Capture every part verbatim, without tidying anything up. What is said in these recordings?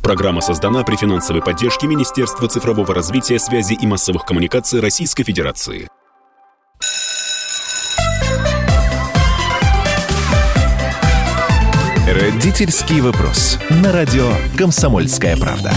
Программа создана при финансовой поддержке Министерства цифрового развития, связи и массовых коммуникаций Российской Федерации. Родительский вопрос. На радио «Комсомольская правда».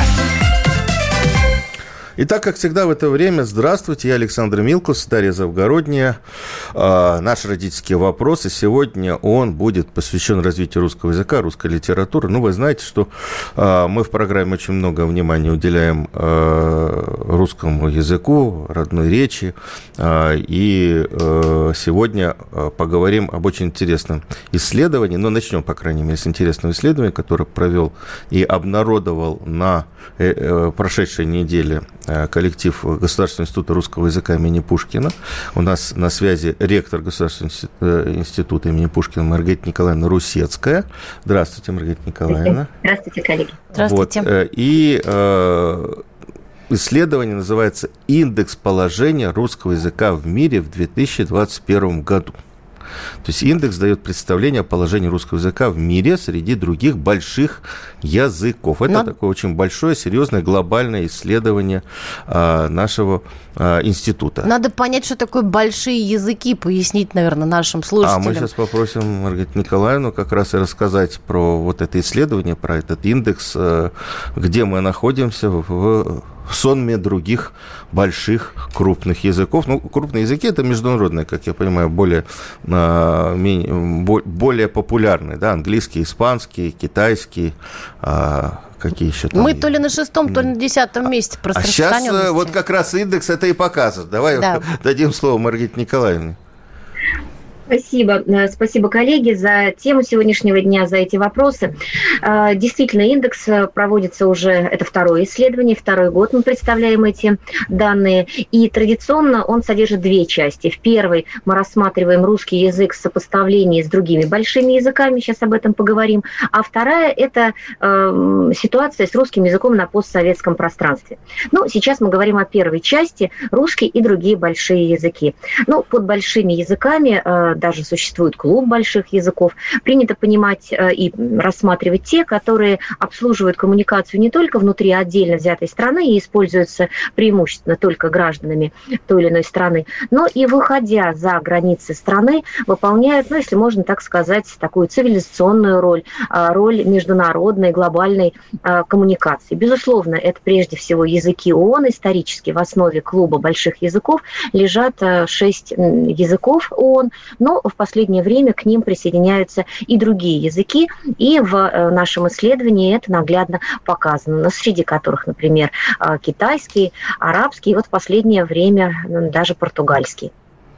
Итак, как всегда в это время, здравствуйте, я Александр Милкус, Дарья Завгородняя. Э, наш родительский вопрос, и сегодня он будет посвящен развитию русского языка, русской литературы. Ну, вы знаете, что э, мы в программе очень много внимания уделяем э, русскому языку, родной речи. Э, и э, сегодня э, поговорим об очень интересном исследовании, но начнем, по крайней мере, с интересного исследования, которое провел и обнародовал на э, э, прошедшей неделе коллектив Государственного института русского языка имени Пушкина. У нас на связи ректор Государственного института имени Пушкина Маргарита Николаевна Русецкая. Здравствуйте, Маргарита Николаевна. Здравствуйте, коллеги. Здравствуйте. Вот. И э, исследование называется «Индекс положения русского языка в мире в две тысячи двадцать первом году». То есть индекс дает представление о положении русского языка в мире среди других больших языков. Это Но... такое очень большое, серьезное, глобальное исследование а, нашего а, института. Надо понять, что такое большие языки, пояснить, наверное, нашим слушателям. А мы сейчас попросим Маргариту Николаевну как раз и рассказать про вот это исследование, про этот индекс, где мы находимся в... в сонме других больших крупных языков. Ну, крупные языки – это международные, как я понимаю, более, а, менее, более популярные. Да? Английский, испанский, китайский, а, какие еще там? Мы то ли на шестом, то ли на десятом месте по распространенности. А сейчас вот как раз индекс это и показывает. Давай да. дадим слово Маргарите Николаевне. Спасибо. Спасибо, коллеги, за тему сегодняшнего дня, за эти вопросы. Действительно, индекс проводится уже, это второе исследование, второй год мы представляем эти данные. И традиционно он содержит две части. В первой мы рассматриваем русский язык в сопоставлении с другими большими языками, сейчас об этом поговорим. А вторая – это э, ситуация с русским языком на постсоветском пространстве. Ну, сейчас мы говорим о первой части – русский и другие большие языки. Ну, под большими языками э, даже существует клуб больших языков, принято понимать э, и рассматривать те, которые обслуживают коммуникацию не только внутри отдельно взятой страны и используются преимущественно только гражданами той или иной страны, но и, выходя за границы страны, выполняют, ну, если можно так сказать, такую цивилизационную роль, э, роль международной, глобальной э, коммуникации. Безусловно, это прежде всего языки ООН. Исторически в основе клуба больших языков лежат э, шесть языков ООН, но в последнее время к ним присоединяются и другие языки, и в нашем исследовании это наглядно показано, среди которых, например, китайский, арабский, и вот в последнее время даже португальский.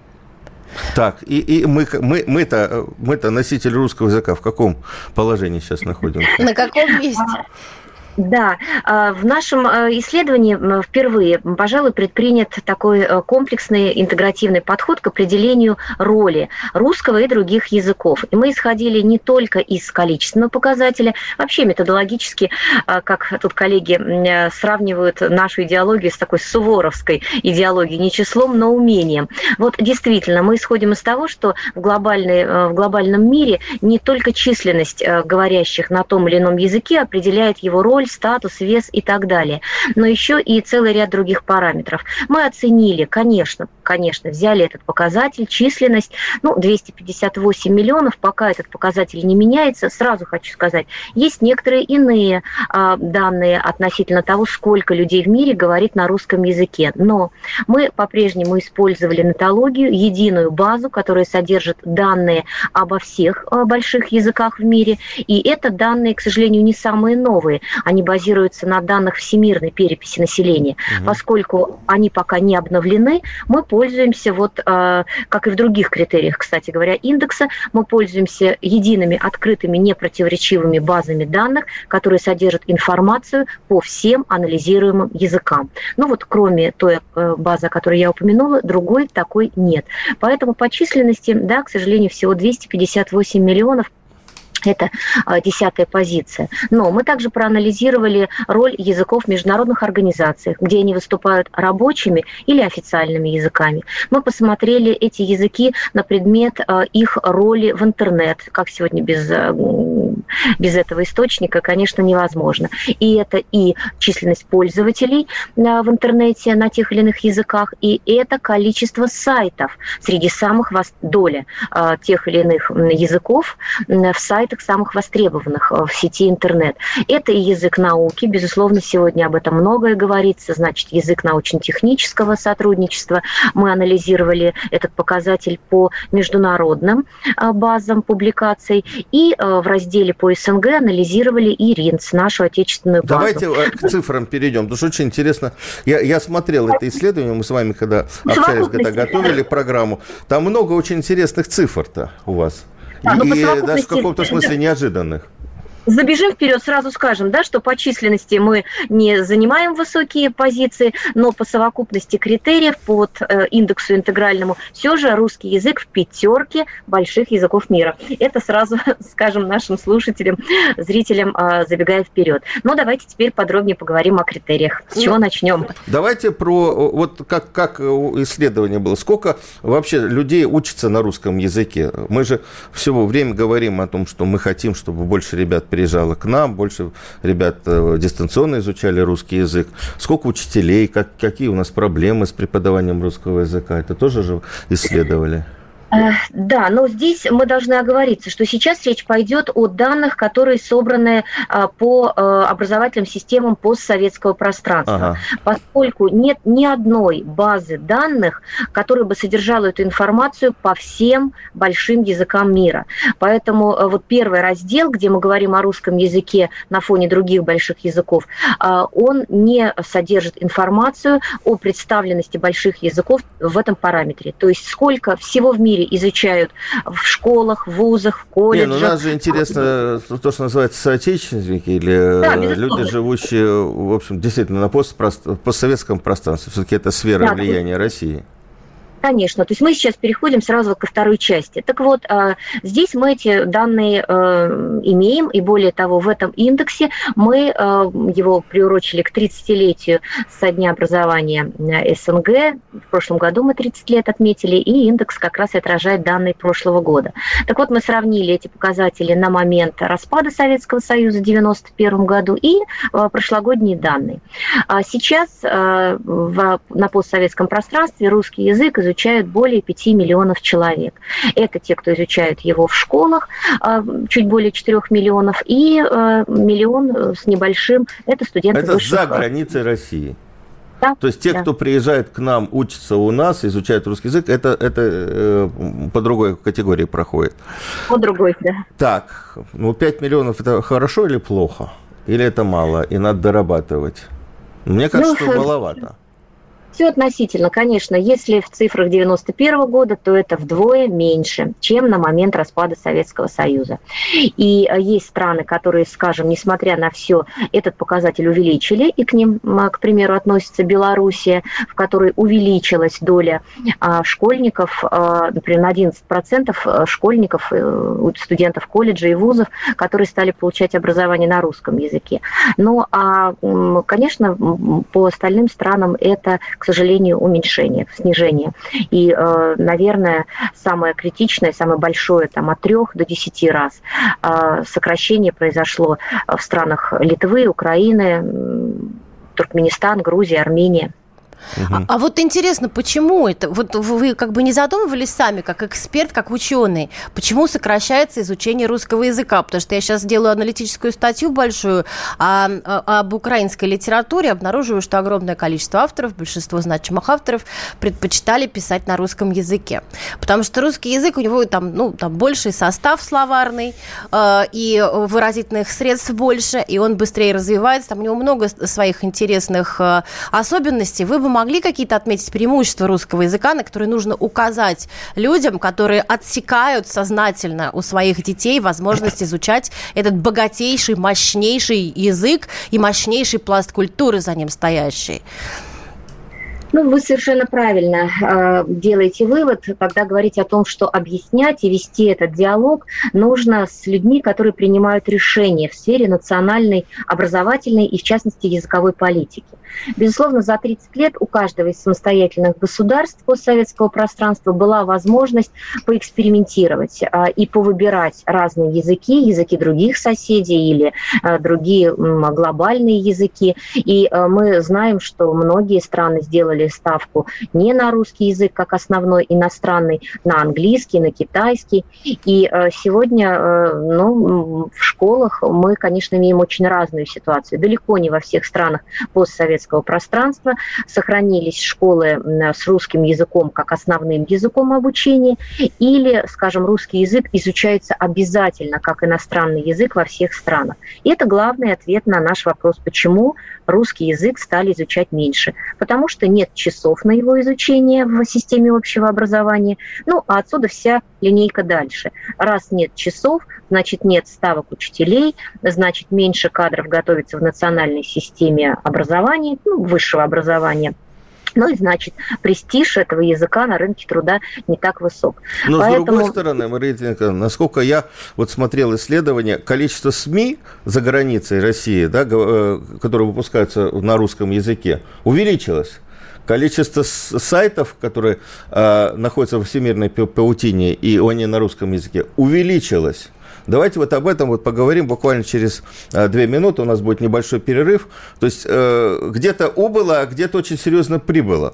Так, и, и мы, мы, мы-то, мы-то носители русского языка в каком положении сейчас находимся? На каком месте? Да, в нашем исследовании впервые, пожалуй, предпринят такой комплексный интегративный подход к определению роли русского и других языков. И мы исходили не только из количественного показателя, вообще методологически, как тут коллеги сравнивают нашу идеологию с такой суворовской идеологией, не числом, но умением. Вот действительно, мы исходим из того, что в, глобальной, в глобальном мире не только численность говорящих на том или ином языке определяет его роль, статус, вес и так далее, но еще и целый ряд других параметров. Мы оценили, конечно, конечно, взяли этот показатель, численность, ну, двести пятьдесят восемь миллионов, пока этот показатель не меняется, сразу хочу сказать, есть некоторые иные а, данные относительно того, сколько людей в мире говорит на русском языке, но мы по-прежнему использовали нотологию, единую базу, которая содержит данные обо всех а, больших языках в мире, и это данные, к сожалению, не самые новые, они базируются на данных всемирной переписи населения. Угу. Поскольку они пока не обновлены, мы пользуемся, вот, э, как и в других критериях, кстати говоря, индекса, мы пользуемся едиными, открытыми, непротиворечивыми базами данных, которые содержат информацию по всем анализируемым языкам. Ну вот, кроме той э, базы, о которой я упомянула, другой такой нет. Поэтому по численности, да, к сожалению, всего двести пятьдесят восемь миллионов Это десятая позиция. Но мы также проанализировали роль языков в международных организациях, где они выступают рабочими или официальными языками. Мы посмотрели эти языки на предмет их роли в интернет, как сегодня без, без этого источника, конечно, невозможно. И это и численность пользователей в интернете на тех или иных языках, и это количество сайтов среди самых доля тех или иных языков в сайтах самых востребованных в сети интернет. Это и язык науки, безусловно, сегодня об этом многое говорится, значит, язык научно-технического сотрудничества. Мы анализировали этот показатель по международным базам публикаций и в разделе по СНГ анализировали и РИНЦ, нашу отечественную базу. Давайте к цифрам перейдем, потому что очень интересно. Я, я смотрел это исследование, мы с вами когда общались, когда готовили программу, там много очень интересных цифр-то у вас. Да, и даже в каком-то смысле неожиданных. Забежим вперед, сразу скажем, да, что по численности мы не занимаем высокие позиции, но по совокупности критериев, по э, индексу интегральному, все же русский язык в пятерке больших языков мира. Это сразу скажем нашим слушателям, зрителям, э, забегая вперед. Но давайте теперь подробнее поговорим о критериях. С чего ну, начнем? Давайте про, вот как, как исследование было. Сколько вообще людей учатся на русском языке? Мы же все время говорим о том, что мы хотим, чтобы больше ребят приезжало к нам, больше ребят дистанционно изучали русский язык. Сколько учителей, как, какие у нас проблемы с преподаванием русского языка? Это тоже же исследовали? Да, но здесь мы должны оговориться, что сейчас речь пойдет о данных, которые собраны по образовательным системам постсоветского пространства, ага. поскольку нет ни одной базы данных, которая бы содержала эту информацию по всем большим языкам мира. Поэтому вот первый раздел, где мы говорим о русском языке на фоне других больших языков, он не содержит информацию о представленности больших языков в этом параметре. То есть сколько всего в мире изучают в школах, в вузах, в колледжах. Не, ну нас же интересно то, что называется соотечественники или да, люди, живущие, в общем, действительно на постсоветском пространстве. Все-таки это сфера да, влияния России. Конечно. То есть мы сейчас переходим сразу ко второй части. Так вот, здесь мы эти данные имеем, и более того, в этом индексе мы его приурочили к тридцатилетию со дня образования СНГ. В прошлом году мы тридцать лет отметили, и индекс как раз отражает данные прошлого года. Так вот, мы сравнили эти показатели на момент распада Советского Союза в девяносто первом году и прошлогодние данные. Сейчас на постсоветском пространстве русский язык изучается изучают более пяти миллионов человек. Это те, кто изучают его в школах, чуть более четырех миллионов, и миллион с небольшим – это студенты это высших. Это за границей России. Да, То есть те, да. кто приезжает к нам, учатся у нас, изучают русский язык, это, это э, по другой категории проходит. По другой, да. Так, ну пять миллионов – это хорошо или плохо? Или это мало, и надо дорабатывать? Мне кажется, ну, что маловато. Все относительно, конечно. Если в цифрах девяносто первого года, то это вдвое меньше, чем на момент распада Советского Союза. И есть страны, которые, скажем, несмотря на все, этот показатель увеличили, и к ним, к примеру, относится Белоруссия, в которой увеличилась доля школьников, например, на одиннадцать процентов школьников, студентов колледжей и вузов, которые стали получать образование на русском языке. Ну, а, конечно, по остальным странам это, к сожалению, уменьшение, снижение. И, наверное, самое критичное, самое большое, там, от трех до десяти раз сокращение произошло в странах Литвы, Украины, Туркменистан, Грузия, Армения. Угу. А, а вот интересно, почему это? Вот вы как бы не задумывались сами, как эксперт, как ученый, почему сокращается изучение русского языка? Потому что я сейчас делаю аналитическую статью большую о, о, об украинской литературе, обнаруживаю, что огромное количество авторов, большинство значимых авторов предпочитали писать на русском языке. Потому что русский язык, у него там, ну, там больший состав словарный, э, и выразительных средств больше, и он быстрее развивается, там у него много своих интересных э, особенностей. Вы бы могли какие-то отметить преимущества русского языка, на которые нужно указать людям, которые отсекают сознательно у своих детей возможность изучать этот богатейший, мощнейший язык и мощнейший пласт культуры за ним стоящий? Ну, вы совершенно правильно э, делаете вывод, когда говорите о том, что объяснять и вести этот диалог нужно с людьми, которые принимают решения в сфере национальной, образовательной и, в частности, языковой политики. Безусловно, за тридцать лет у каждого из самостоятельных государств постсоветского пространства была возможность поэкспериментировать э, и повыбирать разные языки, языки других соседей или э, другие э, глобальные языки. И э, мы знаем, что многие страны сделали ставку не на русский язык как основной иностранный, на английский, на китайский. И э, сегодня э, ну, в школах мы, конечно, имеем очень разную ситуацию. Далеко не во всех странах постсоветского пространства сохранились школы э, с русским языком как основным языком обучения, или, скажем, русский язык изучается обязательно как иностранный язык во всех странах. И это главный ответ на наш вопрос, почему русский язык стали изучать меньше. Потому что нет часов на его изучение в системе общего образования. Ну, а отсюда вся линейка дальше. Раз нет часов, значит, нет ставок учителей, значит, меньше кадров готовится в национальной системе образования, ну, высшего образования. Ну и, значит, престиж этого языка на рынке труда не так высок. Но, Поэтому... с другой стороны, Мария Дмитриевна, насколько я вот смотрел исследования, количество СМИ за границей России, да, которые выпускаются на русском языке, увеличилось. Количество сайтов, которые э, находятся в всемирной паутине, и они на русском языке, увеличилось. Давайте вот об этом вот поговорим буквально через э, две минуты. У нас будет небольшой перерыв. То есть э, где-то убыло, а где-то очень серьезно прибыло.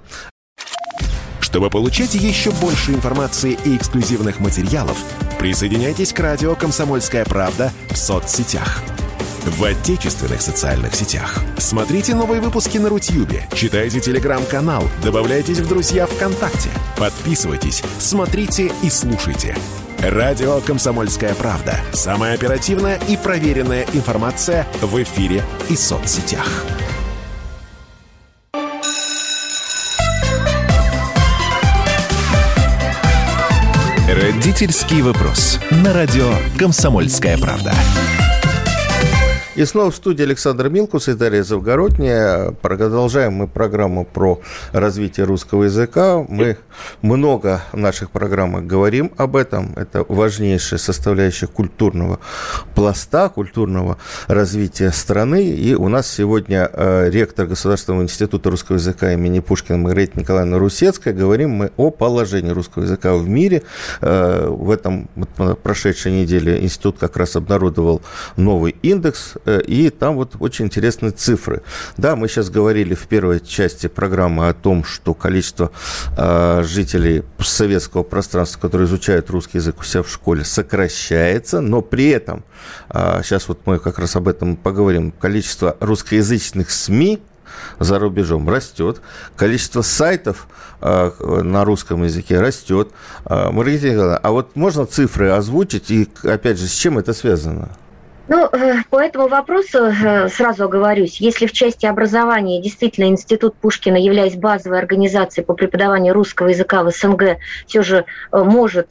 Чтобы получать еще больше информации и эксклюзивных материалов, присоединяйтесь к радио «Комсомольская правда» в соцсетях. В отечественных социальных сетях. Смотрите новые выпуски на Рутьюбе, читайте телеграм-канал, добавляйтесь в друзья ВКонтакте, подписывайтесь, смотрите и слушайте. Радио «Комсомольская правда». Самая оперативная и проверенная информация в эфире и соцсетях. Родительский вопрос. На радио «Комсомольская правда». И снова в студии Александр Милкус и Дарья Завгородняя. Продолжаем мы программу про развитие русского языка. Мы много в наших программах говорим об этом. Это важнейшая составляющая культурного пласта, культурного развития страны. И у нас сегодня э, ректор Государственного института русского языка имени Пушкина Маргарита Николаевна Русецкая. Говорим мы о положении русского языка в мире. Э, в этом вот, прошедшей неделе институт как раз обнародовал новый индекс. И там вот очень интересные цифры. Да, мы сейчас говорили в первой части программы о том, что количество э, жителей советского пространства, которые изучают русский язык у себя в школе, сокращается, но при этом, э, сейчас вот мы как раз об этом поговорим, количество русскоязычных СМИ за рубежом растет, количество сайтов э, на русском языке растет. Э, Маргарита Николаевна, а вот можно цифры озвучить и, опять же, с чем это связано? Ну, по этому вопросу сразу оговорюсь. Если в части образования действительно Институт Пушкина, являясь базовой организацией по преподаванию русского языка в СНГ, все же может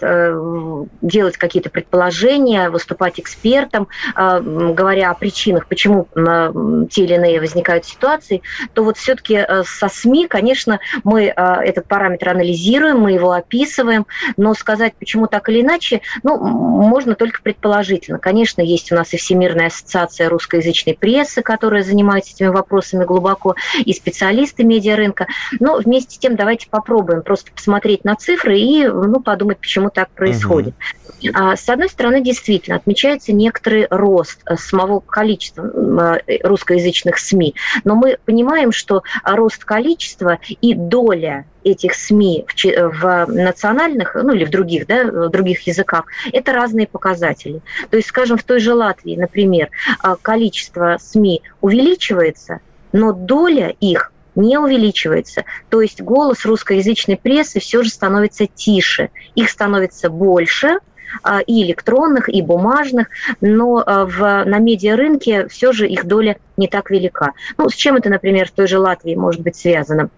делать какие-то предположения, выступать экспертом, говоря о причинах, почему те или иные возникают ситуации, то вот все-таки со СМИ, конечно, мы этот параметр анализируем, мы его описываем, но сказать, почему так или иначе, ну, можно только предположительно. Конечно, есть у нас и Всемирная ассоциация русскоязычной прессы, которая занимается этими вопросами глубоко, и специалисты медиарынка. Но вместе с тем давайте попробуем просто посмотреть на цифры и ну, подумать, почему так происходит. Uh-huh. С одной стороны, действительно, отмечается некоторый рост самого количества русскоязычных СМИ, но мы понимаем, что рост количества и доля этих СМИ в, в национальных, ну или в других, да, в других языках, это разные показатели. То есть, скажем, в той же Латвии, например, количество СМИ увеличивается, но доля их не увеличивается. То есть голос русскоязычной прессы все же становится тише. Их становится больше, и электронных, и бумажных, но в, на медиарынке все же их доля не так велика. Ну, с чем это, например, в той же Латвии может быть связано?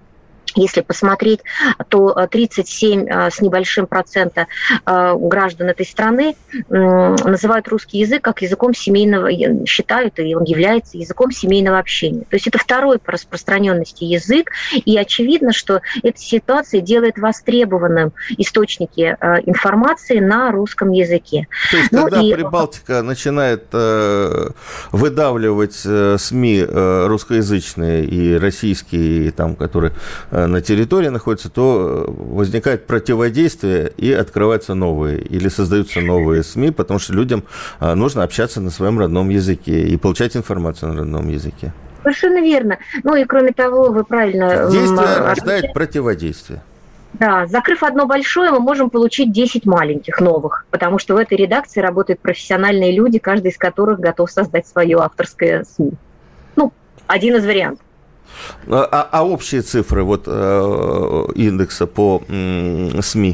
Если посмотреть, то тридцать семь с небольшим процента граждан этой страны называют русский язык как языком семейного, считают, и он является языком семейного общения. То есть это второй по распространенности язык, и очевидно, что эта ситуация делает востребованным источники информации на русском языке. То есть, ну, когда и... Прибалтика начинает э, выдавливать э, СМИ э, русскоязычные и российские, и там, которые на территории находятся, то возникает противодействие и открываются новые, или создаются новые СМИ, потому что людям нужно общаться на своем родном языке и получать информацию на родном языке. Совершенно верно. Ну и кроме того, вы правильно... Действие рождает противодействие. Да, закрыв одно большое, мы можем получить десять маленьких новых, потому что в этой редакции работают профессиональные люди, каждый из которых готов создать свое авторское СМИ. Ну, один из вариантов. А, а общие цифры вот, э, индекса по э, СМИ?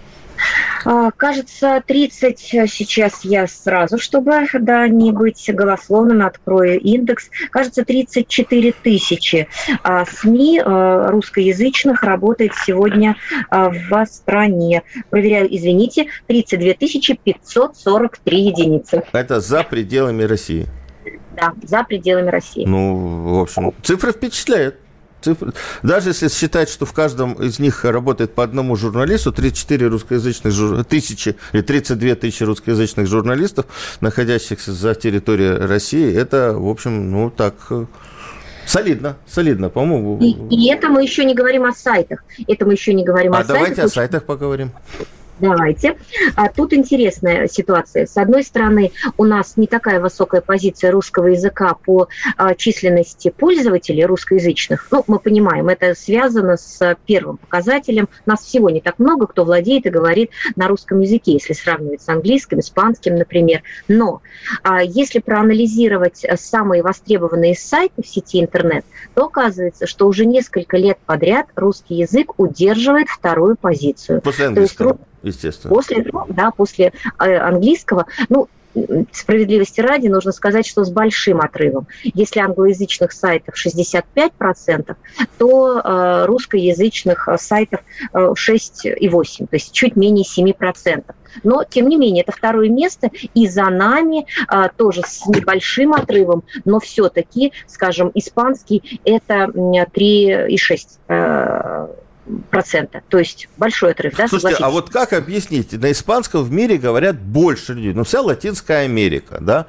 Кажется, тридцать, сейчас я сразу, чтобы да, не быть голословным, открою индекс, кажется, тридцать четыре тысячи СМИ русскоязычных работает сегодня в стране. Проверяю, извините, тридцать две тысячи пятьсот сорок три единицы. Это за пределами России? Да, за пределами России. Ну, в общем, цифры впечатляют. Цифры. Даже если считать, что в каждом из них работает по одному журналисту, тридцать четыре русскоязычных жур... тысячи или тридцать две тысячи русскоязычных журналистов, находящихся за территорией России, это, в общем, ну так... Солидно, солидно, по-моему. И, и это мы еще не говорим о сайтах. Это мы еще не говорим а о сайтах. А давайте о сайтах поговорим. Давайте. А тут интересная ситуация. С одной стороны, у нас не такая высокая позиция русского языка по а, численности пользователей русскоязычных. Ну, мы понимаем, это связано с первым показателем. Нас всего не так много, кто владеет и говорит на русском языке, если сравнивать с английским, испанским, например. Но а, если проанализировать самые востребованные сайты в сети интернет, то оказывается, что уже несколько лет подряд русский язык удерживает вторую позицию. После английского. Естественно. После, да, после английского, ну, справедливости ради, нужно сказать, что с большим отрывом. Если англоязычных сайтов шестьдесят пять процентов, то э, русскоязычных сайтов э, шесть целых восемь десятых, то есть чуть менее семь процентов. Но, тем не менее, это второе место, и за нами а, тоже с небольшим отрывом, но все-таки, скажем, испанский – это три целых шесть десятых процента, то есть большой отрыв, да? Слушайте, согласитесь? А вот как объяснить? На испанском в мире говорят больше людей. Ну, вся Латинская Америка, да,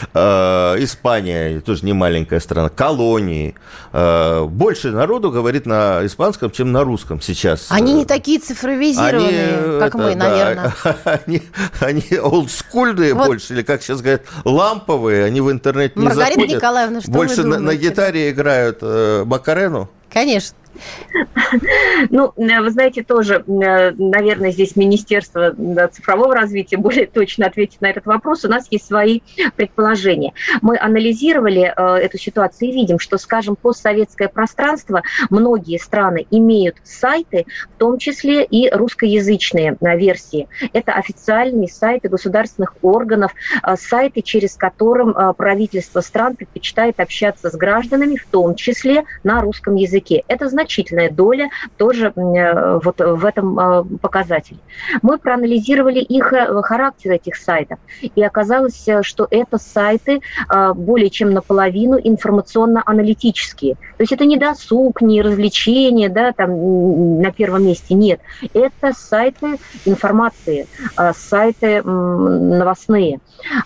э, Испания, тоже не маленькая страна, колонии. Э, больше народу говорит на испанском, чем на русском сейчас. Они не такие цифровизированные, они, как это, мы, да, наверное. Они, они олдскульные вот. Больше, или, как сейчас говорят, ламповые, они в интернет не Маргарита заходят. Николаевна, что больше вы на, на гитаре играют э, Макарену. Конечно. Ну, вы знаете, тоже, наверное, здесь Министерство цифрового развития более точно ответит на этот вопрос. У нас есть свои предположения. Мы анализировали эту ситуацию и видим, что, скажем, постсоветское пространство, многие страны имеют сайты, в том числе и русскоязычные версии. Это официальные сайты государственных органов, сайты, через которые правительство стран предпочитает общаться с гражданами, в том числе на русском языке. Это значит, значительная доля тоже вот в этом показателе. Мы проанализировали их характер этих сайтов, и оказалось, что это сайты более чем наполовину информационно-аналитические. То есть это не досуг, не развлечения, да, там на первом месте, нет. Это сайты информации, сайты новостные.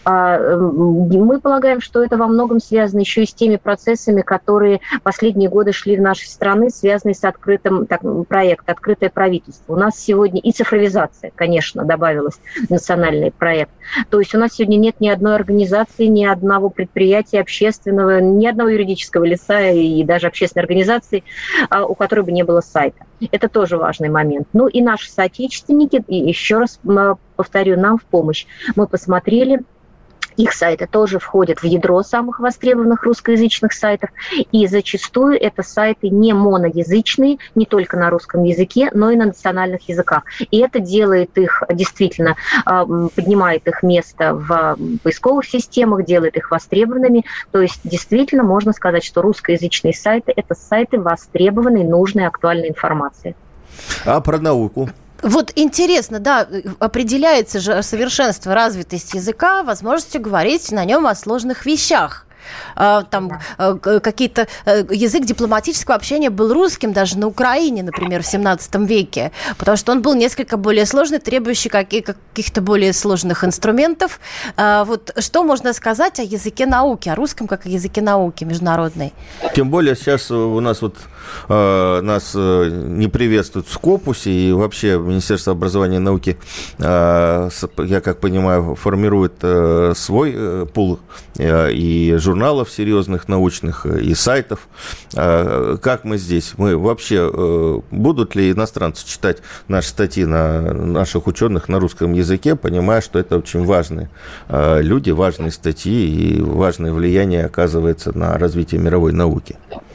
Мы полагаем, что это во многом связано еще и с теми процессами, которые последние годы шли в нашей стране, связанные с открытым так, проектом «Открытое правительство». У нас сегодня и цифровизация, конечно, добавилась, национальный проект. То есть у нас сегодня нет ни одной организации, ни одного предприятия общественного, ни одного юридического лица и даже общественной организации, у которой бы не было сайта. Это тоже важный момент. Ну и наши соотечественники, и еще раз повторю, нам в помощь. Мы посмотрели Их сайты тоже входят в ядро самых востребованных русскоязычных сайтов, и зачастую это сайты не моноязычные, не только на русском языке, но и на национальных языках. И это делает их, действительно, поднимает их место в поисковых системах, делает их востребованными. То есть, действительно, можно сказать, что русскоязычные сайты – это сайты востребованной, нужной, актуальной информации. А про науку? Вот интересно, да, определяется же совершенство, развитость языка возможностью говорить на нем о сложных вещах. Там какие-то язык дипломатического общения был русским даже на Украине, например, в семнадцатом веке, потому что он был несколько более сложный, требующий каких-то более сложных инструментов. Вот что можно сказать о языке науки, о русском как о языке науки международной? Тем более сейчас у нас вот э, нас не приветствуют в Скопусе, и вообще Министерство образования и науки, э, я как понимаю, формирует э, свой э, пул э, и журналов серьезных, научных, и сайтов. Как мы здесь? Мы вообще, будут ли иностранцы читать наши статьи на наших ученых на русском языке, понимая, что это очень важные люди, важные статьи и важное влияние оказывается на развитие мировой науки?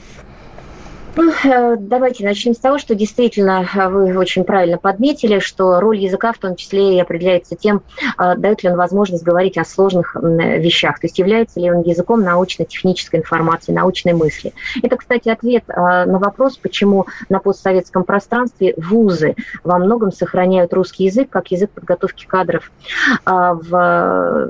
Ну, давайте начнем с того, что действительно вы очень правильно подметили, что роль языка в том числе и определяется тем, дает ли он возможность говорить о сложных вещах, то есть является ли он языком научно-технической информации, научной мысли. Это, кстати, ответ на вопрос, почему на постсоветском пространстве вузы во многом сохраняют русский язык как язык подготовки кадров в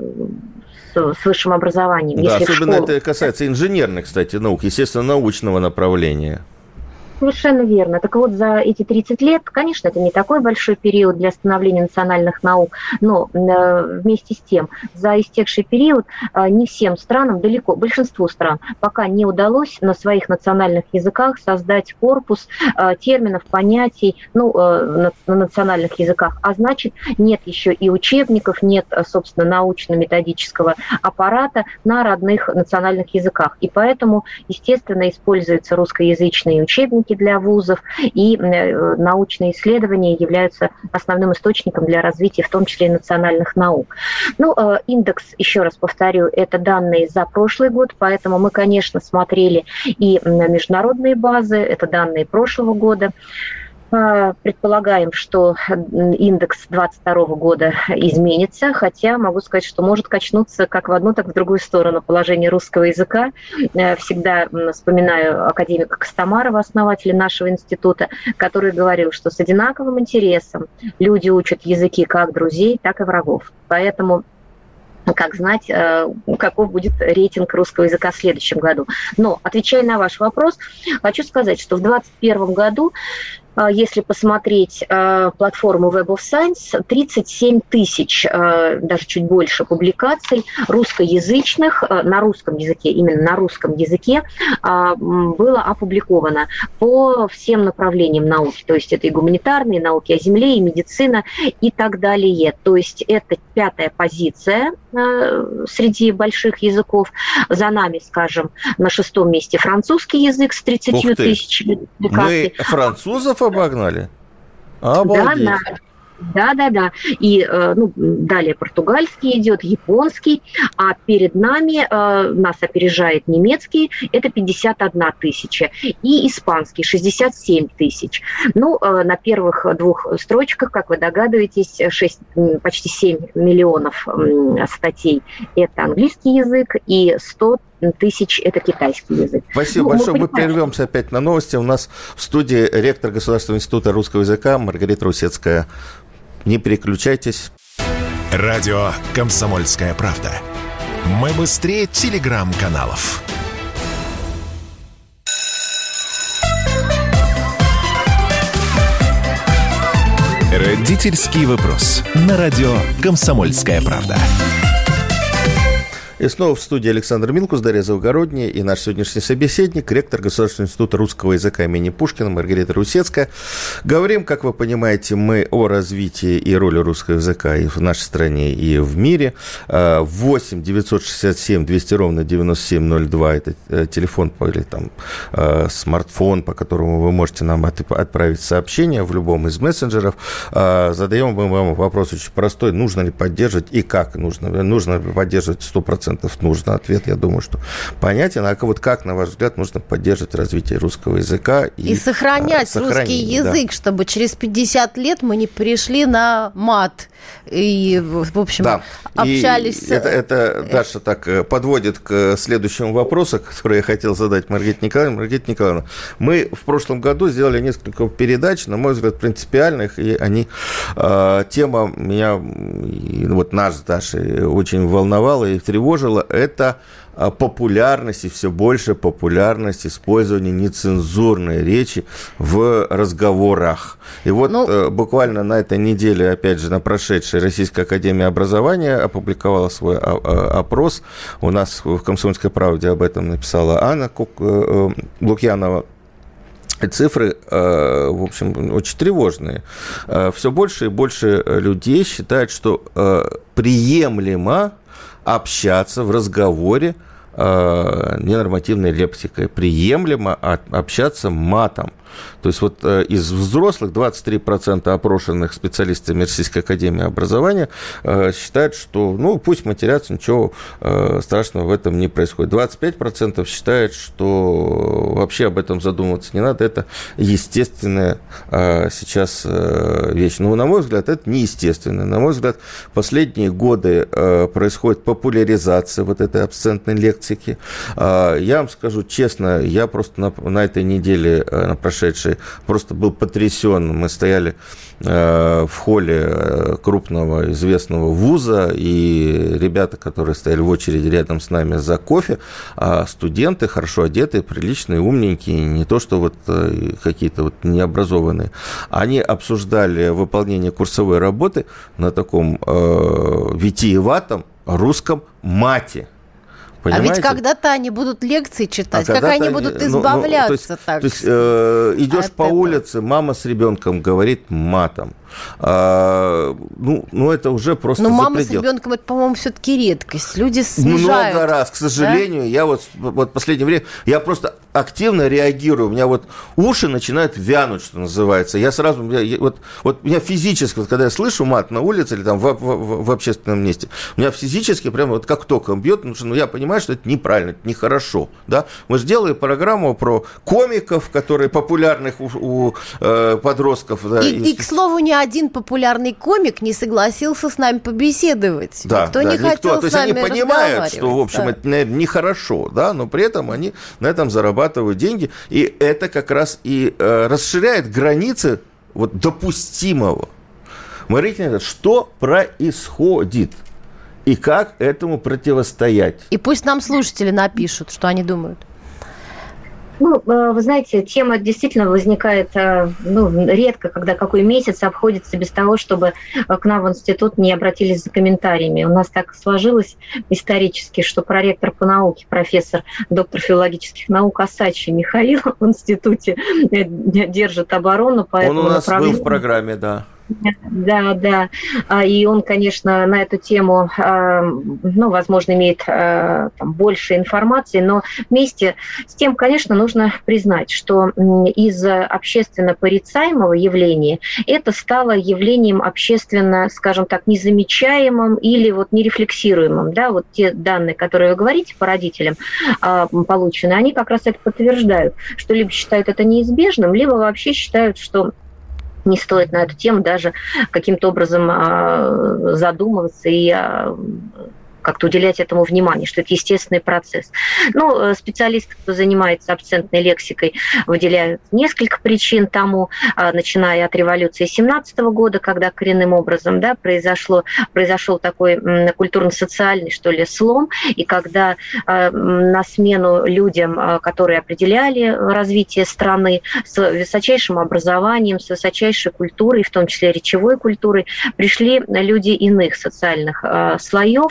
с высшим образованием. Да, особенно школу... это касается инженерных, кстати, наук, естественно, научного направления. Совершенно верно. Так вот, за эти тридцать лет, конечно, это не такой большой период для становления национальных наук, но э, вместе с тем, за истекший период э, не всем странам, далеко, большинству стран, пока не удалось на своих национальных языках создать корпус э, терминов, понятий, ну, э, на, на национальных языках. А значит, нет еще и учебников, нет, собственно, научно-методического аппарата на родных национальных языках. И поэтому, естественно, используются русскоязычные учебники для вузов, и научные исследования являются основным источником для развития, в том числе и национальных наук. Ну, индекс, еще раз повторю, это данные за прошлый год, поэтому мы, конечно, смотрели и на международные базы, это данные прошлого года. Предполагаем, что индекс двадцать второго года изменится, хотя могу сказать, что может качнуться как в одну, так и в другую сторону положение русского языка. Всегда вспоминаю академика Костомарова, основателя нашего института, который говорил, что с одинаковым интересом люди учат языки как друзей, так и врагов. Поэтому как знать, каков будет рейтинг русского языка в следующем году. Но, отвечая на ваш вопрос, хочу сказать, что в двадцать первом году, если посмотреть э, платформу Web of Science, тридцать семь тысяч, э, даже чуть больше публикаций русскоязычных, э, на русском языке, именно на русском языке, э, было опубликовано по всем направлениям науки. То есть это и гуманитарные науки о земле, и медицина, и так далее. То есть это пятая позиция э, среди больших языков. За нами, скажем, на шестом месте французский язык с тридцатью тысячами публикаций. Мы французов обогнали? Обалдеть. Да, да. Да, да, да. И ну, далее португальский идет, японский, а перед нами э, нас опережает немецкий, это пятьдесят одна тысяча, и испанский шестьдесят семь тысяч. Ну, э, на первых двух строчках, как вы догадываетесь, шесть, почти семь миллионов э, статей – это английский язык, и сто тысяч – это китайский язык. Спасибо ну, большое. Мы, мы прервемся опять на новости. У нас в студии ректор Государственного института русского языка Маргарита Русецкая. Не переключайтесь. Радио «Комсомольская правда». Мы быстрее телеграм-каналов. Родительский вопрос. На радио «Комсомольская правда». И снова в студии Александр Милкус, Дарья Завгородняя и наш сегодняшний собеседник, ректор Государственного института русского языка имени Пушкина Маргарита Русецкая. Говорим, как вы понимаете, мы о развитии и роли русского языка и в нашей стране, и в мире. восемь девятьсот шестьдесят семь двести ровно девяносто семь ноль два – это телефон или там смартфон, по которому вы можете нам отправить сообщение в любом из мессенджеров. Задаем мы вам вопрос очень простой. Нужно ли поддерживать и как нужно? Нужно ли поддерживать сто процентов? Нужно. Ответ, я думаю, что понятен. А вот как, на ваш взгляд, нужно поддерживать развитие русского языка? И, и сохранять а, русский язык, да. Чтобы через пятьдесят лет мы не перешли на мат. И, в общем, да. общались... И это, это, Даша, так подводит к следующему вопросу, который я хотел задать Маргарите Николаевне. Маргарита Николаевна, мы в прошлом году сделали несколько передач, на мой взгляд, принципиальных, и они... Э, тема меня, вот нас с Дашей, очень волновала и тревожила. Это популярность и все больше популярность использования нецензурной речи в разговорах. И вот ну, э, буквально на этой неделе, опять же, на прошедшей Российская академия образования опубликовала свой опрос. У нас в «Комсомольской правде» об этом написала Анна Кук, э, Лукьянова. Цифры, в общем, очень тревожные. Все больше и больше людей считают, что приемлемо общаться в разговоре ненормативной лексикой, приемлемо общаться матом. То есть вот из взрослых двадцать три процента опрошенных специалистами Российской академии образования считают, что ну пусть матерятся, ничего страшного в этом не происходит. двадцать пять процентов считают, что вообще об этом задумываться не надо, это естественная сейчас вещь. Но, на мой взгляд, это неестественно. На мой взгляд, в последние годы происходит популяризация вот этой абсцентной лексики. Я вам скажу честно, я просто на, на этой неделе, на прошедшей, просто был потрясен. Мы стояли э, в холле крупного известного вуза, и ребята, которые стояли в очереди рядом с нами за кофе, а студенты, хорошо одетые, приличные, умненькие, не то что вот э, какие-то вот необразованные, они обсуждали выполнение курсовой работы на таком э, витиеватом русском мате. Понимаете? А ведь когда-то они будут лекции читать, а как они будут избавляться? Ну, ну, то есть, так? То есть э, идешь по этого. улице, мама с ребенком говорит матом. А, ну, ну, это уже просто Но за мама предел. с ребенком, это, по-моему, все-таки редкость. Люди снижают. Много раз, к сожалению, да? я вот, вот в последнее время, я просто активно реагирую. У меня вот уши начинают вянуть, что называется. Я сразу, я, вот, вот у меня физически, вот, когда я слышу мат на улице или там в, в, в общественном месте, у меня физически прямо вот как током бьет, потому что ну, я понимаю, что это неправильно, это нехорошо. Да? Мы же делали программу про комиков, которые популярных у, у э, подростков. Да, и, и, и, к слову, не один популярный комик не согласился с нами побеседовать. Да, никто да, не никто. хотел То с нами есть они понимают, что, в общем, да. это, наверное, нехорошо, да, но при этом они на этом зарабатывают деньги, и это как раз и э, расширяет границы вот, допустимого. Маргарита, что происходит? И как этому противостоять? И пусть нам слушатели напишут, что они думают. Ну, вы знаете, тема действительно возникает ну, редко, когда какой месяц обходится без того, чтобы к нам в институт не обратились за комментариями. У нас так сложилось исторически, что проректор по науке, профессор, доктор филологических наук Осадчий Михаил в институте держит оборону по этому Он у нас направлению. был в программе, да. Да, да. И он, конечно, на эту тему, ну, возможно, имеет там, больше информации, но вместе с тем, конечно, нужно признать, что из общественно порицаемого явления это стало явлением общественно, скажем так, незамечаемым или вот нерефлексируемым. Да? Вот те данные, которые вы говорите по родителям полученные, они как раз это подтверждают, что либо считают это неизбежным, либо вообще считают, что не стоит на эту тему даже каким-то образом а, задумываться и а, как-то уделять этому внимание, что это естественный процесс. Ну, специалисты, кто занимается абсцентной лексикой, выделяют несколько причин тому, начиная от революции семнадцатого года, когда коренным образом да, произошло, произошел такой культурно-социальный, что ли, слом, и когда на смену людям, которые определяли развитие страны с высочайшим образованием, с высочайшей культурой, в том числе речевой культурой, пришли люди иных социальных слоев,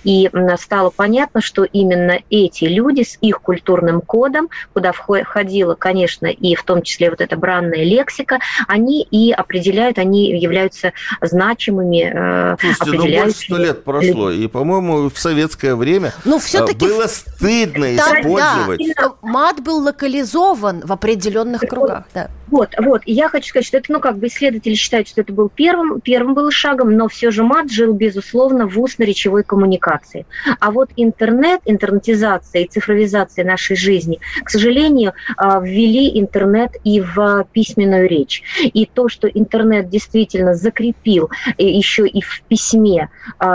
И стало понятно, что именно эти люди с их культурным кодом, куда входила, конечно, и в том числе вот эта бранная лексика, они и определяют, они являются значимыми. Слушайте, ну больше сто лет прошло, и, по-моему, в советское время ну, было стыдно да, использовать. Да. Мат был локализован в определенных кругах, да. Вот, вот. И я хочу сказать, что это, ну, как бы исследователи считают, что это был первым, первым был шагом, но все же мат жил, безусловно, в устно-речевой коммуникации. А вот интернет, интернетизация и цифровизация нашей жизни, к сожалению, ввели интернет и в письменную речь. И то, что интернет действительно закрепил еще и в письме,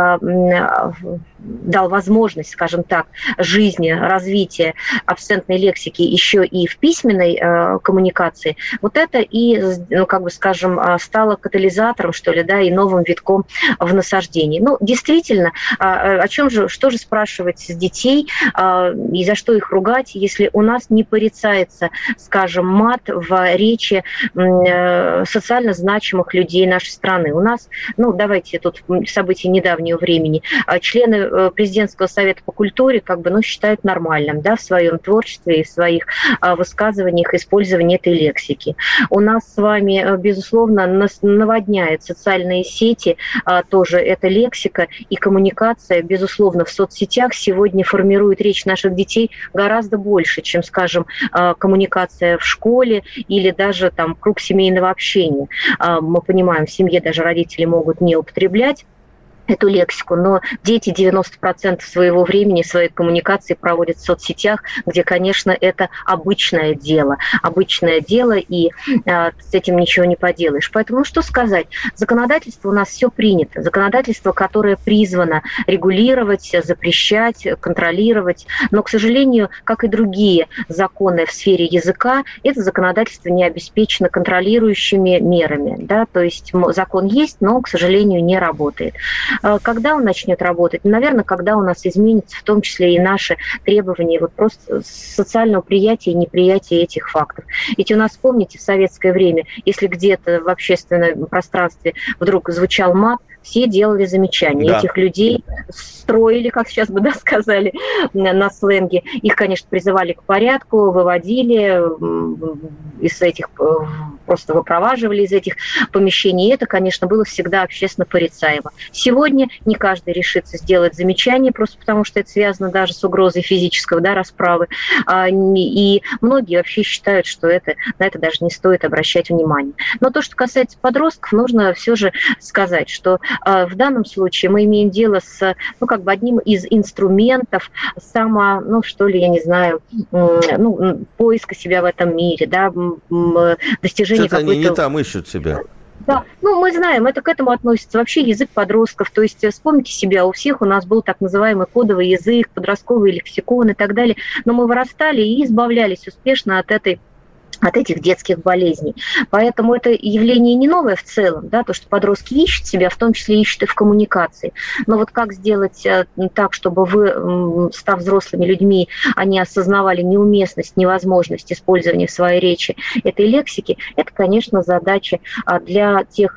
дал возможность, скажем так, жизни, развития абсцентной лексики еще и в письменной э, коммуникации, вот это и, ну, как бы, скажем, стало катализатором, что ли, да, и новым витком в насаждении. Ну, действительно, э, о чем же, что же спрашивать с детей э, и за что их ругать, если у нас не порицается, скажем, мат в речи э, социально значимых людей нашей страны. У нас, ну, давайте тут события недавнего времени, члены Президентского совета по культуре как бы, ну, считают нормальным, да, в своем творчестве и в своих а, высказываниях использование этой лексики. У нас с вами, безусловно, наводняет социальные сети а, тоже эта лексика и коммуникация, безусловно, в соцсетях сегодня формирует речь наших детей гораздо больше, чем, скажем, а, коммуникация в школе или даже там круг семейного общения. А, мы понимаем, в семье даже родители могут не употреблять эту лексику, но дети девяносто процентов своего времени, своей коммуникации проводят в соцсетях, где, конечно, это обычное дело. Обычное дело, и э, с этим ничего не поделаешь. Поэтому, ну, что сказать? Законодательство у нас все принято. Законодательство, которое призвано регулировать, запрещать, контролировать. Но, к сожалению, как и другие законы в сфере языка, это законодательство не обеспечено контролирующими мерами. Да? То есть закон есть, но, к сожалению, не работает. Когда он начнет работать? Наверное, когда у нас изменится в том числе и наши требования вот просто социального приятия и неприятия этих фактов. Ведь у нас, помните, в советское время, если где-то в общественном пространстве вдруг звучал мат, все делали замечания. Да. Этих людей строили, как сейчас бы, да, сказали на сленге. Их, конечно, призывали к порядку, выводили из этих, просто выпроваживали из этих помещений. И это, конечно, было всегда общественно порицаемо. Сегодня не каждый решится сделать замечание, просто потому что это связано даже с угрозой физического, да, расправы. И многие вообще считают, что это, на это даже не стоит обращать внимание. Но то, что касается подростков, нужно все же сказать, что в данном случае мы имеем дело с, ну, как бы одним из инструментов само, ну, что ли, я не знаю, ну, поиска себя в этом мире, да, достижения какой-то... Они не там ищут себя. Да, ну, мы знаем, это к этому относится вообще язык подростков. То есть вспомните себя, у всех у нас был так называемый кодовый язык, подростковый лексикон и так далее. Но мы вырастали и избавлялись успешно от этой от этих детских болезней. Поэтому это явление не новое в целом, да, то, что подростки ищут себя, в том числе ищут и в коммуникации. Но вот как сделать так, чтобы вы, став взрослыми людьми, они осознавали неуместность, невозможность использования в своей речи этой лексики, это, конечно, задача для тех,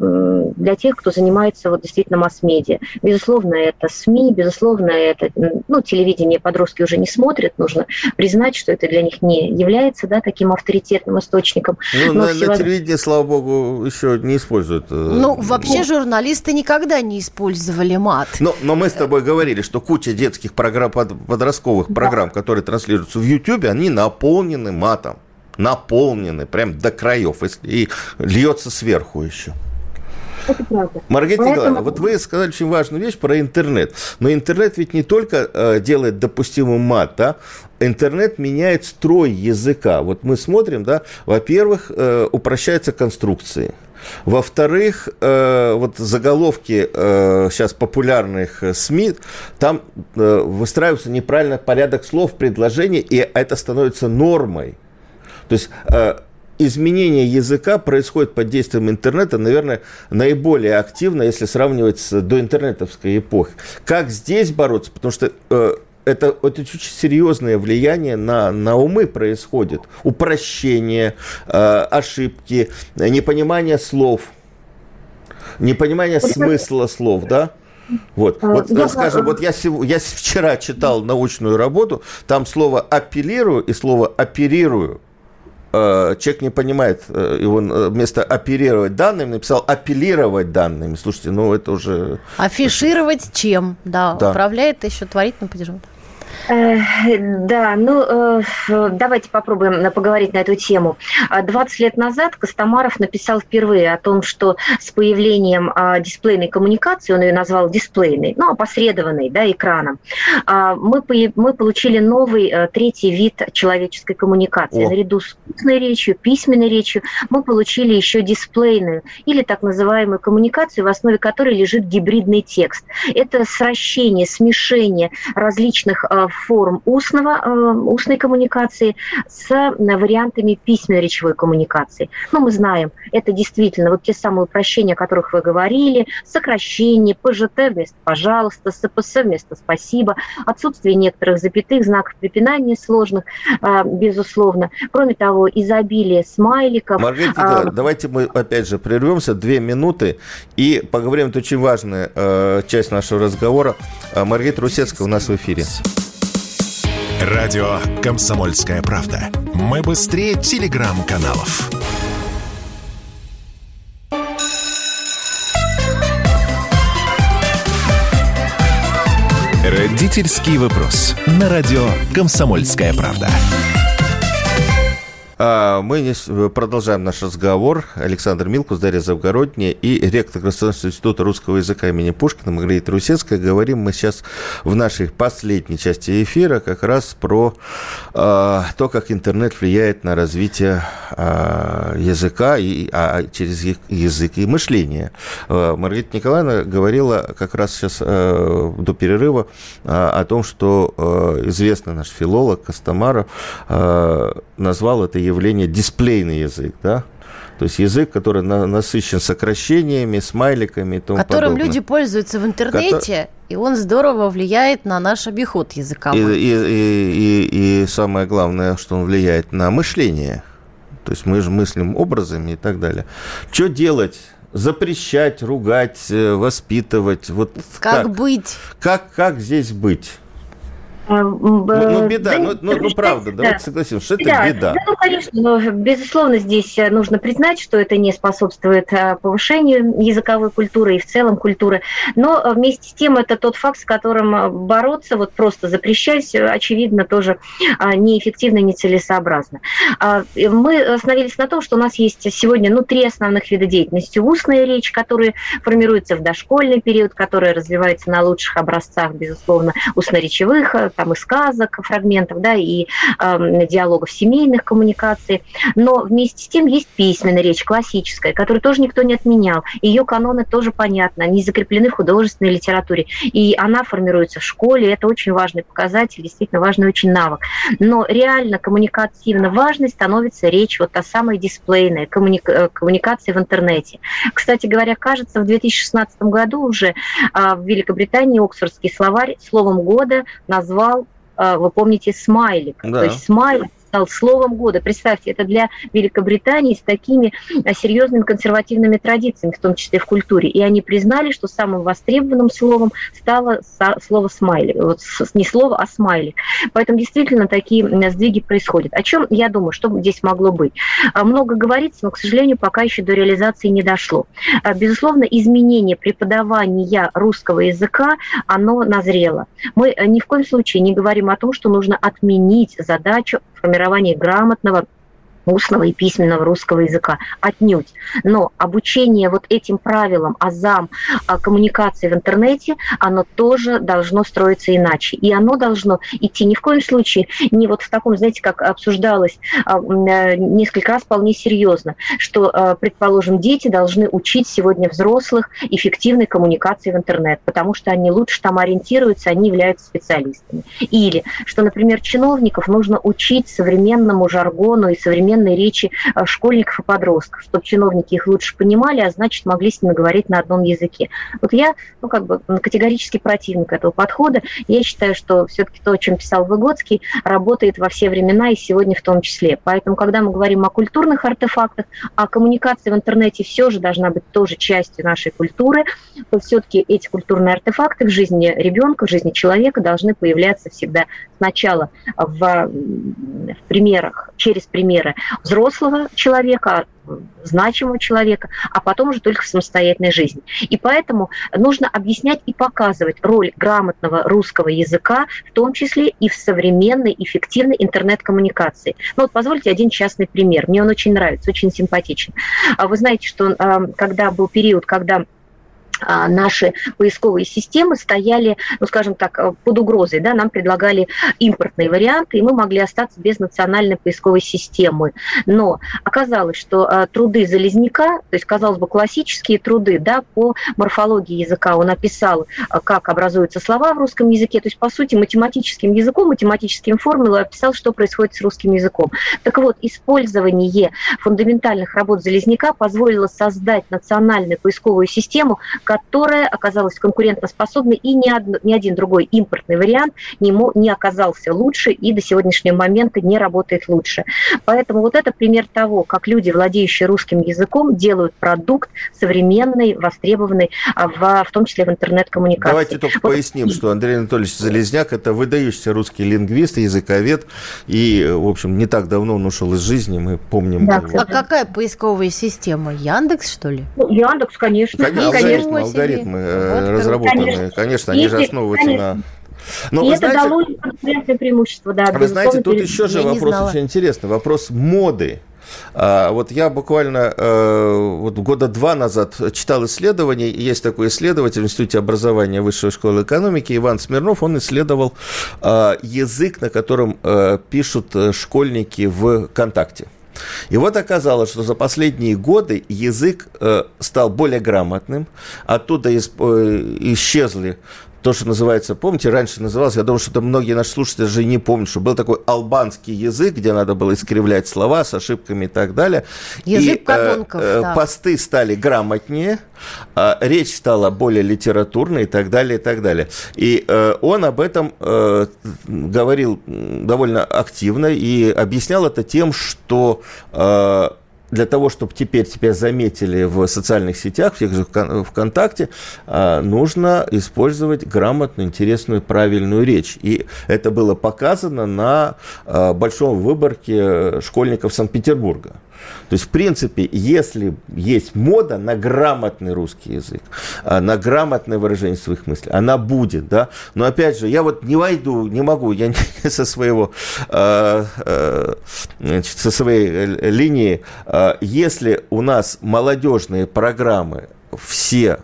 для тех, кто занимается вот действительно масс-медиа. Безусловно, это СМИ, безусловно, это, ну, телевидение подростки уже не смотрят, нужно признать, что это для них не является, да, таким авторитетом, авторитетным источником. Ну, на, всего... на телевидении, слава богу, еще не используют. Ну, вообще журналисты никогда не использовали мат. Но, но мы с тобой говорили, что куча детских программ, подростковых программ, да, которые транслируются в Ютьюбе, они наполнены матом. Наполнены прям до краев. И, и льется сверху еще. Это правда. Маргарита Поэтому... Николаевна, вот вы сказали очень важную вещь про интернет. Но интернет ведь не только э, делает допустимым мат, да? Интернет меняет строй языка. Вот мы смотрим, да, во-первых, э, упрощаются конструкции. Во-вторых, э, вот заголовки э, сейчас популярных СМИ, там э, выстраивается неправильный порядок слов в предложении, и это становится нормой. То есть... Э, изменение языка происходит под действием интернета, наверное, наиболее активно, если сравнивать с доинтернетовской эпохой. Как здесь бороться? Потому что э, это, это очень серьезное влияние на, на умы происходит. Упрощение, э, ошибки, непонимание слов, непонимание смысла слов, да? Вот, А, вот я... скажем, вот я, я вчера читал научную работу, там слово «апеллирую» и слово «оперирую». Человек не понимает, и он вместо оперировать данными написал апеллировать данными. Слушайте, ну это уже... Афишировать чем? Да, да. Управляет еще творительным падежом. Да, ну давайте попробуем поговорить на эту тему. двадцать лет назад Костомаров написал впервые о том, что с появлением дисплейной коммуникации, он ее назвал дисплейной, ну, опосредованной, да, экраном, мы, мы получили новый третий вид человеческой коммуникации. О. Наряду с устной речью, письменной речью мы получили еще дисплейную или так называемую коммуникацию, в основе которой лежит гибридный текст. Это сращение, смешение различных форм устного, устной коммуникации с вариантами письменной речевой коммуникации. Но мы знаем, это действительно вот те самые упрощения, о которых вы говорили, сокращение, ПЖТ вместо «пожалуйста», СПС вместо «спасибо», отсутствие некоторых запятых, знаков препинания сложных, безусловно. Кроме того, изобилие смайликов. Маргарита, а... давайте мы опять же прервемся, две минуты, и поговорим, это очень важная э, часть нашего разговора. Маргарита Русецкая у нас в эфире. Радио «Комсомольская правда». Мы быстрее телеграм-каналов. Родительский вопрос. На радио «Комсомольская правда». Мы продолжаем наш разговор. Александр Милкус, Дарья Завгородняя и ректор Государственного института русского языка имени Пушкина Маргарита Русецкая. Говорим мы сейчас в нашей последней части эфира как раз про э, то, как интернет влияет на развитие э, языка и а, через язык и мышление. Э, Маргарита Николаевна говорила как раз сейчас э, до перерыва э, о том, что э, известный наш филолог Костомаров э, назвал это явление дисплейный язык, да? То есть язык, который на, насыщен сокращениями, смайликами и тому которым подобное. Люди пользуются в интернете, Котор... и он здорово влияет на наш обиход языковой. И, и, и, и, и самое главное, что он влияет на мышление. То есть мы же мыслим образами и так далее. Что делать? Запрещать, ругать, воспитывать? Вот как, как быть? Как, как здесь быть? Ну, ну, беда, да, ну, ну, ну, правда, да. Давайте согласимся, что это да, беда. Да, ну, конечно, но, безусловно, здесь нужно признать, что это не способствует повышению языковой культуры и в целом культуры, но вместе с тем это тот факт, с которым бороться, вот просто запрещать, очевидно, тоже неэффективно и нецелесообразно. Мы остановились на том, что у нас есть сегодня, ну, три основных вида деятельности. Устная речь, которая формируется в дошкольный период, которая развивается на лучших образцах, безусловно, устно-речевых, там и сказок, фрагментов, да, и э, диалогов семейных коммуникаций. Но вместе с тем есть письменная речь, классическая, которую тоже никто не отменял. Ее каноны тоже понятны, они закреплены в художественной литературе. И она формируется в школе, это очень важный показатель, действительно важный очень навык. Но реально коммуникативно важной становится речь, вот та самая дисплейная, коммуника- коммуникация в интернете. Кстати говоря, кажется, в две тысячи шестнадцатом году уже э, в Великобритании Оксфордский словарь словом года назвал, вы помните, смайлик. Да. То есть смайлик стал словом года. Представьте, это для Великобритании с такими серьезными консервативными традициями, в том числе в культуре. И они признали, что самым востребованным словом стало слово смайлик. Вот не слово, а смайлик. Поэтому действительно такие сдвиги происходят. О чем я думаю, что здесь могло быть? Много говорится, но, к сожалению, пока еще до реализации не дошло. Безусловно, изменение преподавания русского языка, оно назрело. Мы ни в коем случае не говорим о том, что нужно отменить задачу формирования грамотного устного и письменного русского языка. Отнюдь. Но обучение вот этим правилам, азам коммуникации в интернете, оно тоже должно строиться иначе. И оно должно идти ни в коем случае не вот в таком, знаете, как обсуждалось несколько раз вполне серьезно, что, предположим, дети должны учить сегодня взрослых эффективной коммуникации в интернет, потому что они лучше там ориентируются, они являются специалистами. Или, что, например, чиновников нужно учить современному жаргону и современному современной речи школьников и подростков, чтобы чиновники их лучше понимали, а значит, могли с ними говорить на одном языке. Вот я, ну, как бы категорически противник этого подхода. Я считаю, что все-таки то, о чем писал Выгодский, работает во все времена и сегодня в том числе. Поэтому, когда мы говорим о культурных артефактах, а коммуникация в интернете все же должна быть тоже частью нашей культуры, то все-таки эти культурные артефакты в жизни ребенка, в жизни человека должны появляться всегда сначала в, в примерах, через примеры взрослого человека, значимого человека, а потом уже только в самостоятельной жизни. И поэтому нужно объяснять и показывать роль грамотного русского языка, в том числе и в современной эффективной интернет-коммуникации. Ну вот позвольте один частный пример. Мне он очень нравится, очень симпатичен. Вы знаете, что когда был период, когда наши поисковые системы стояли, ну, скажем так, под угрозой, да, нам предлагали импортные варианты, и мы могли остаться без национальной поисковой системы. Но оказалось, что а, труды Залезняка, то есть, казалось бы, классические труды, да, по морфологии языка, он описал, а, как образуются слова в русском языке, то есть, по сути, математическим языком, математическим формулой описал, что происходит с русским языком. Так вот, использование фундаментальных работ Залезняка позволило создать национальную поисковую систему, которая оказалась конкурентоспособной, и ни, од... ни один другой импортный вариант не, мо... не оказался лучше и до сегодняшнего момента не работает лучше. Поэтому вот это пример того, как люди, владеющие русским языком, делают продукт современный, востребованный, в, в том числе в интернет-коммуникации. Давайте только вот поясним, что Андрей Анатольевич Залезняк – это выдающийся русский лингвист, языковед, и, в общем, не так давно он ушел из жизни, мы помним. Да, его. А какая поисковая система? Яндекс, что ли? Ну, Яндекс, конечно. Конечно, конечно. Алгоритмы вот, разработанные, конечно, конечно они же основываются конечно. на... Но, и это знаете, дало конкурентное преимущество, да. Вы знаете, тут еще же вопрос очень интересный, вопрос моды. А, вот я буквально а, вот года два назад читал исследование, есть такой исследователь в Институте образования Высшей школы экономики Иван Смирнов, он исследовал а, язык, на котором а, пишут школьники в ВКонтакте. И вот оказалось, что за последние годы язык э, стал более грамотным, оттуда из, э, исчезли то, что называется, помните, раньше называлось, я думаю, что это многие наши слушатели даже не помнят, что был такой албанский язык, где надо было искривлять слова с ошибками и так далее. Язык подонков, э, да. Посты стали грамотнее, э, речь стала более литературной и так далее, и так далее. И э, он об этом э, говорил довольно активно и объяснял это тем, что... Э, для того, чтобы теперь тебя заметили в социальных сетях, в тех же ВКонтакте, нужно использовать грамотную, интересную, правильную речь. И это было показано на большом выборке школьников Санкт-Петербурга. То есть, в принципе, если есть мода на грамотный русский язык, на грамотное выражение своих мыслей, она будет, да. Но, опять же, я вот не войду, не могу, я не со своего, значит, со своей линии. Если у нас молодежные программы все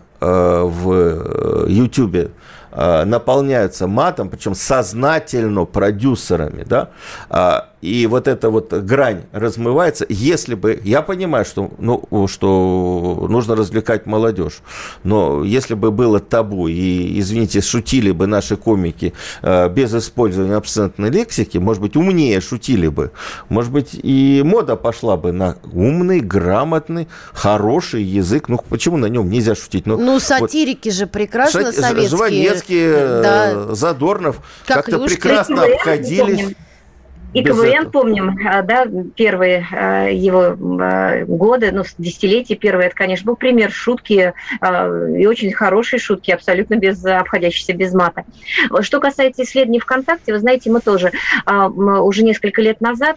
в Ютубе наполняются матом, причем сознательно продюсерами, да, и вот эта вот грань размывается. Если бы, я понимаю, что, ну, что нужно развлекать молодежь, но если бы было табу, и, извините, шутили бы наши комики без использования абсцентной лексики, может быть, умнее шутили бы, может быть, и мода пошла бы на умный, грамотный, хороший язык. Ну, почему на нем нельзя шутить? Ну, ну сатирики вот, же прекрасно шат... советские. Жванецкий, да. Задорнов как как-то прекрасно обходились. И КВН, помним, да, первые его годы, ну, десятилетия первые, это, конечно, был пример шутки, и очень хорошие шутки, абсолютно без, обходящиеся без мата. Что касается исследований ВКонтакте, вы знаете, мы тоже уже несколько лет назад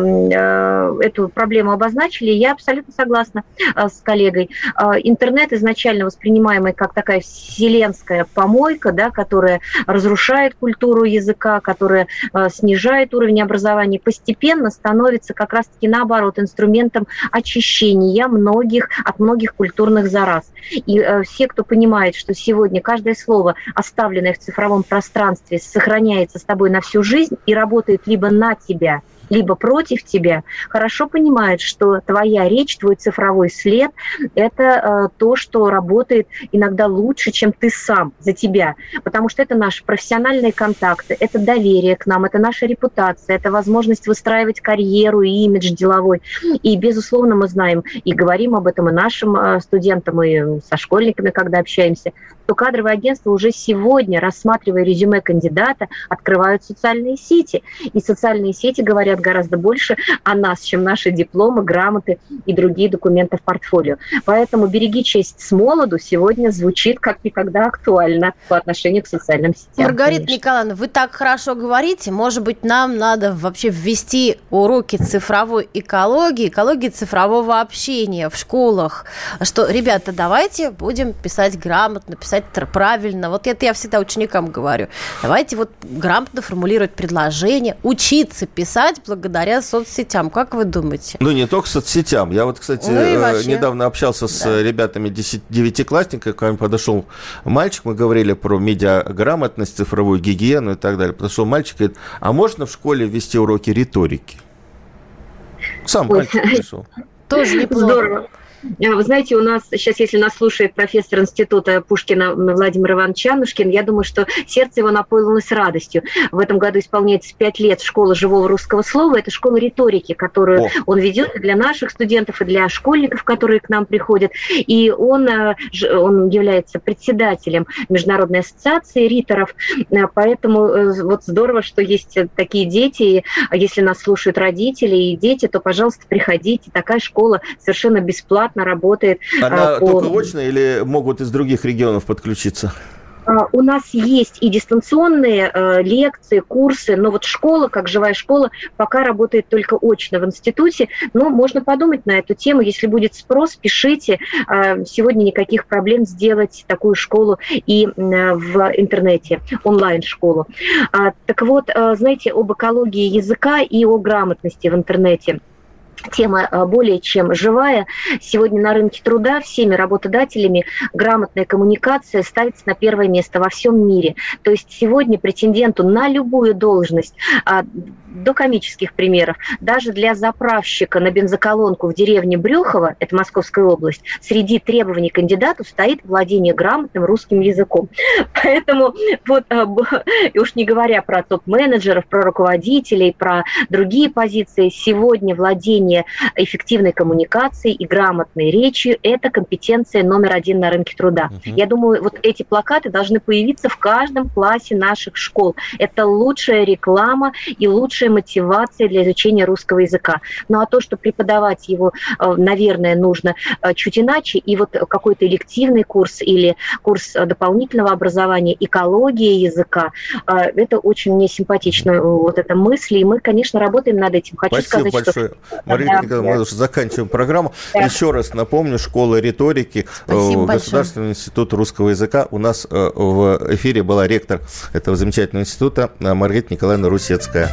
эту проблему обозначили, и я абсолютно согласна с коллегой. Интернет, изначально воспринимаемый как такая вселенская помойка, да, которая разрушает культуру языка, которая снижает уровень образования, постепенно становится как раз-таки наоборот инструментом очищения многих от многих культурных зараз. И э, все, кто понимает, что сегодня каждое слово, оставленное в цифровом пространстве, сохраняется с тобой на всю жизнь и работает либо на тебя, либо против тебя, хорошо понимает, что твоя речь, твой цифровой след – это э, то, что работает иногда лучше, чем ты сам за тебя, потому что это наши профессиональные контакты, это доверие к нам, это наша репутация, это возможность выстраивать карьеру и имидж деловой. И, безусловно, мы знаем и говорим об этом и нашим э, студентам, и со школьниками, когда общаемся, то кадровые агентства уже сегодня, рассматривая резюме кандидата, открывают социальные сети. И социальные сети говорят гораздо больше о нас, чем наши дипломы, грамоты и другие документы в портфолио. Поэтому «Береги честь с молоду» сегодня звучит как никогда актуально по отношению к социальным сетям. Маргарита конечно. Николаевна, вы так хорошо говорите. Может быть, нам надо вообще ввести уроки цифровой экологии, экологии цифрового общения в школах. Что, ребята, давайте будем писать грамотно, писать правильно. Вот это я всегда ученикам говорю. Давайте вот грамотно формулировать предложения, учиться писать благодаря соцсетям. Как вы думаете? Ну, не только соцсетям. Я вот, кстати, вообще... недавно общался с да. ребятами девятиклассниками, ко мне подошел мальчик, мы говорили про медиаграмотность, цифровую гигиену и так далее. Подошел мальчик и говорит, а можно в школе ввести уроки риторики? Сам Ой. мальчик пришел. Тоже неплохо. Здорово. Вы знаете, у нас сейчас, если нас слушает профессор института Пушкина Владимир Иванович Анушкин, я думаю, что сердце его наполнилось радостью. В этом году исполняется пять лет школы живого русского слова. Это школа риторики, которую О. он ведет для наших студентов и для школьников, которые к нам приходят. И он, он является председателем Международной ассоциации риторов. Поэтому вот здорово, что есть такие дети. Если нас слушают родители и дети, то, пожалуйста, приходите. Такая школа совершенно бесплатная. Работает. Она по... только очная или могут из других регионов подключиться? У нас есть и дистанционные э, лекции, курсы, но вот школа, как живая школа, пока работает только очно в институте. Но можно подумать на эту тему. Если будет спрос, пишите. Э, сегодня никаких проблем сделать такую школу и э, в интернете, онлайн-школу. А, так вот, э, знаете, об экологии языка и о грамотности в интернете. Тема более чем живая. Сегодня на рынке труда всеми работодателями грамотная коммуникация ставится на первое место во всем мире. То есть сегодня претенденту на любую должность, до комических примеров, даже для заправщика на бензоколонку в деревне Брюхово, это Московская область, среди требований кандидату стоит владение грамотным русским языком. Поэтому, вот, и уж не говоря про топ-менеджеров, про руководителей, про другие позиции, сегодня владение эффективной коммуникацией и грамотной речью – это компетенция номер один на рынке труда. Uh-huh. Я думаю, вот эти плакаты должны появиться в каждом классе наших школ. Это лучшая реклама и лучшая мотивация для изучения русского языка. Ну а то, что преподавать его, наверное, нужно чуть иначе, и вот какой-то элективный курс или курс дополнительного образования, экология языка, это очень мне симпатично, вот эта мысль, и мы, конечно, работаем над этим. Хочу Спасибо сказать, большое. Что... Маргарита да, Николаевна, да. мы уже заканчиваем программу. Да. Еще раз напомню, школа риторики, Спасибо Государственный большое. институт русского языка. У нас в эфире была ректор этого замечательного института Маргарита Николаевна Русецкая.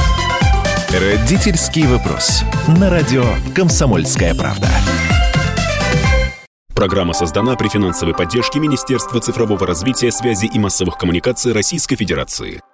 Родительский вопрос. На радио «Комсомольская правда». Программа создана при финансовой поддержке Министерства цифрового развития, связи и массовых коммуникаций Российской Федерации.